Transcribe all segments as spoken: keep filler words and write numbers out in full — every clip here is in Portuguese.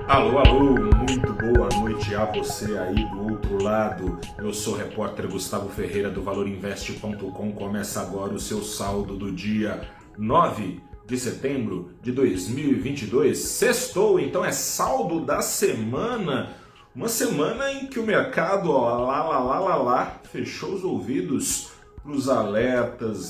Alô, alô, muito boa noite a você aí do outro lado. Eu sou o repórter Gustavo Ferreira do valor investe ponto com. Começa agora o seu saldo do dia nove de setembro de dois mil e vinte e dois. Sextou, então é saldo da semana. Uma semana em que o mercado, ó, lá, lá, lá, lá, lá, fechou os ouvidos para os alertas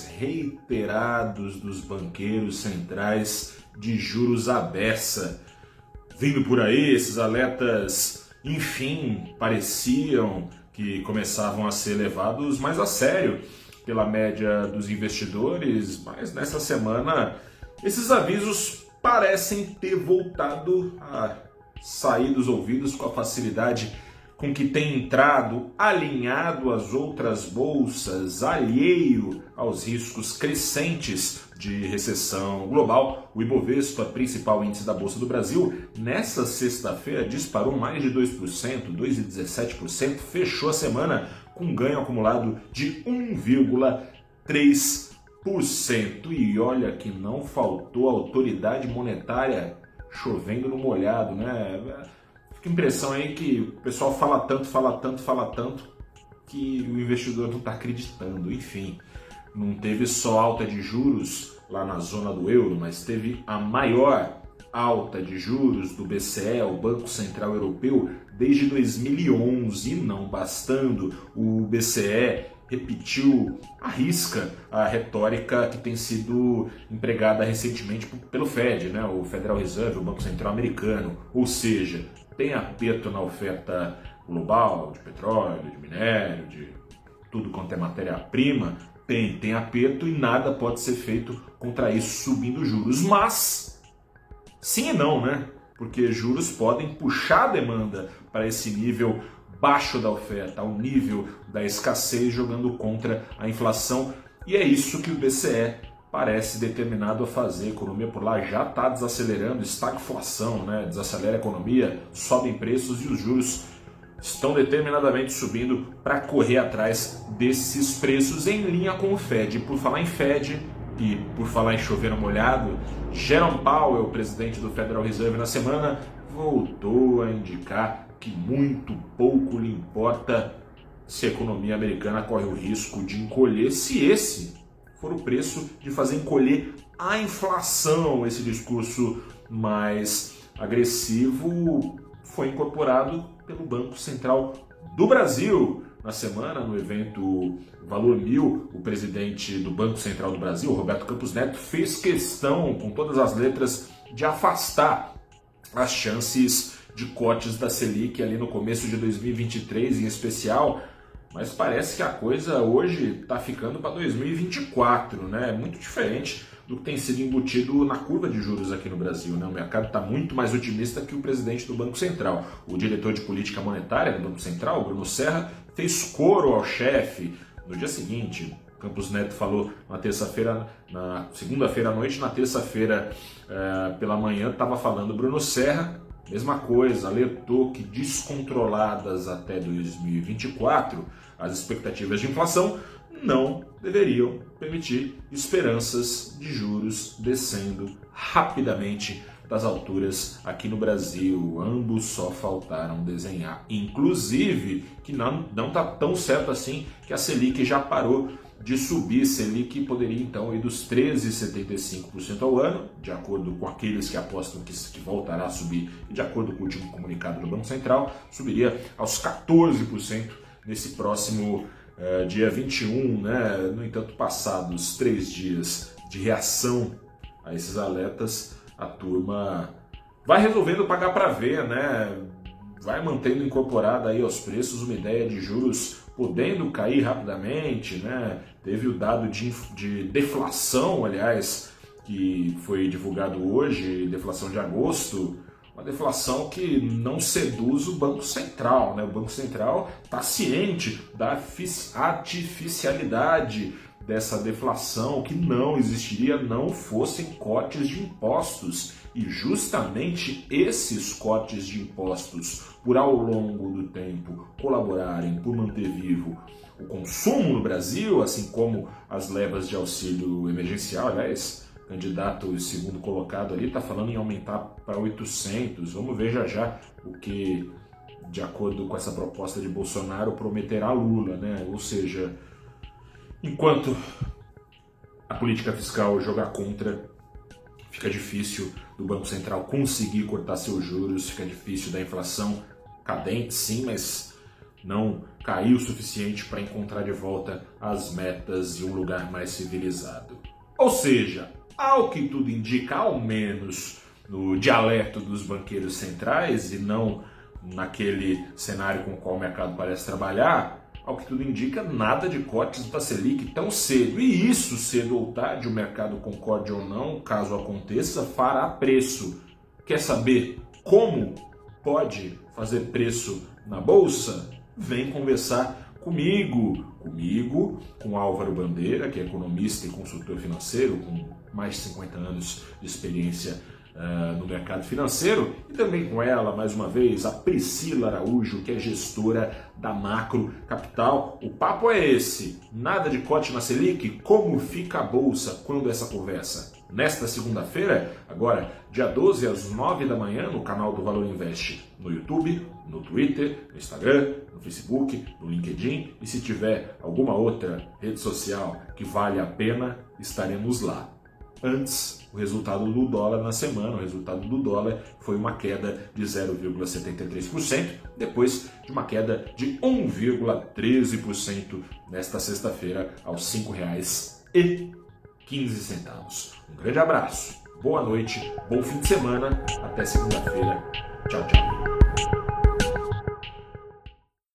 reiterados dos banqueiros centrais de juros à beça. Vindo por aí, esses alertas, enfim, pareciam que começavam a ser levados mais a sério pela média dos investidores, mas nessa semana esses avisos parecem ter voltado a sair dos ouvidos com a facilidade com que tem entrado, alinhado às outras bolsas, alheio aos riscos crescentes de recessão global. O Ibovespa, principal índice da Bolsa do Brasil, nessa sexta-feira disparou mais de dois por cento, dois vírgula dezessete por cento, fechou a semana com ganho acumulado de um vírgula três por cento. E olha que não faltou autoridade monetária chovendo no molhado, né? Fica a impressão aí que o pessoal fala tanto, fala tanto, fala tanto, que o investidor não está acreditando. Enfim, não teve só alta de juros lá na zona do euro, mas teve a maior alta de juros do B C E, o Banco Central Europeu, desde dois mil e onze. E não bastando, o B C E repetiu à risca a retórica que tem sido empregada recentemente pelo Fed, né? O Federal Reserve, o Banco Central Americano. Ou seja, tem aperto na oferta global de petróleo, de minério, de tudo quanto é matéria-prima. Tem, tem aperto e nada pode ser feito contra isso subindo juros. Mas, sim e não, né? Porque juros podem puxar a demanda para esse nível baixo da oferta, ao nível da escassez, jogando contra a inflação. E é isso que o B C E parece determinado a fazer. A economia por lá já está desacelerando, estagflação, né? Desacelera a economia, sobem preços e os juros estão determinadamente subindo para correr atrás desses preços em linha com o Fed. Por falar em Fed e por falar em chover no molhado, Jerome Powell, presidente do Federal Reserve, na semana voltou a indicar que muito pouco lhe importa se a economia americana corre o risco de encolher, se esse for o preço de fazer encolher a inflação. Esse discurso mais agressivo foi incorporado pelo Banco Central do Brasil. Na semana, no evento Valor Mil, o presidente do Banco Central do Brasil, Roberto Campos Neto, fez questão, com todas as letras, de afastar as chances de cortes da Selic ali no começo de dois mil e vinte e três em especial, mas parece que a coisa hoje está ficando para dois mil e vinte e quatro, né? Muito diferente do que tem sido embutido na curva de juros aqui no Brasil, né? O mercado está muito mais otimista que o presidente do Banco Central. O diretor de política monetária do Banco Central, Bruno Serra, fez coro ao chefe. No dia seguinte, Campos Neto falou na terça-feira, na segunda-feira à noite, na terça-feira eh, pela manhã, estava falando Bruno Serra. Mesma coisa, alertou que descontroladas até dois mil e vinte e quatro, as expectativas de inflação não deveriam permitir esperanças de juros descendo rapidamente das alturas aqui no Brasil. Ambos só faltaram desenhar. Inclusive, que não não está tão certo assim que a Selic já parou de subir. Selic poderia então ir dos treze vírgula setenta e cinco por cento ao ano, de acordo com aqueles que apostam que, que voltará a subir, e de acordo com o último comunicado do Banco Central, subiria aos quatorze por cento nesse próximo uh, dia vinte e um, né? No entanto, passados três dias de reação a esses alertas, a turma vai resolvendo pagar para ver, né? Vai mantendo incorporada aí aos preços uma ideia de juros podendo cair rapidamente, né? Teve o dado de, de deflação, aliás, que foi divulgado hoje, deflação de agosto, uma deflação que não seduz o Banco Central, né? O Banco Central está ciente da artificialidade dessa deflação, que não existiria não fossem cortes de impostos. E justamente esses cortes de impostos, por ao longo do tempo colaborarem por manter vivo o consumo no Brasil, assim como as levas de auxílio emergencial, aliás, candidato segundo colocado ali está falando em aumentar para oitocentos. Vamos ver já já o que, de acordo com essa proposta de Bolsonaro, prometerá Lula, né? Ou seja, enquanto a política fiscal jogar contra, fica difícil do Banco Central conseguir cortar seus juros, fica difícil da inflação cadente, sim, mas não cair o suficiente para encontrar de volta as metas e um lugar mais civilizado. Ou seja, ao que tudo indica, ao menos no dialeto dos banqueiros centrais e não naquele cenário com o qual o mercado parece trabalhar, ao que tudo indica, nada de cortes da Selic tão cedo. E isso, cedo ou tarde, o mercado concorde ou não, caso aconteça, fará preço. Quer saber como pode fazer preço na Bolsa? Vem conversar comigo, comigo, com Álvaro Bandeira, que é economista e consultor financeiro, com mais de cinquenta anos de experiência uh, no mercado financeiro, e também com ela, mais uma vez, a Priscila Araújo, que é gestora da Macro Capital. O papo é esse, nada de corte na Selic, como fica a Bolsa quando essa conversa? Nesta segunda-feira, agora dia doze, às nove da manhã, no canal do Valor Invest, no YouTube, no Twitter, no Instagram, no Facebook, no LinkedIn, e se tiver alguma outra rede social que vale a pena, estaremos lá. Antes, o resultado do dólar na semana, o resultado do dólar foi uma queda de zero vírgula setenta e três por cento, depois de uma queda de um vírgula treze por cento nesta sexta-feira, aos cinco reais e quinze centavos. Um grande abraço, boa noite, bom fim de semana, até segunda-feira. Tchau, tchau.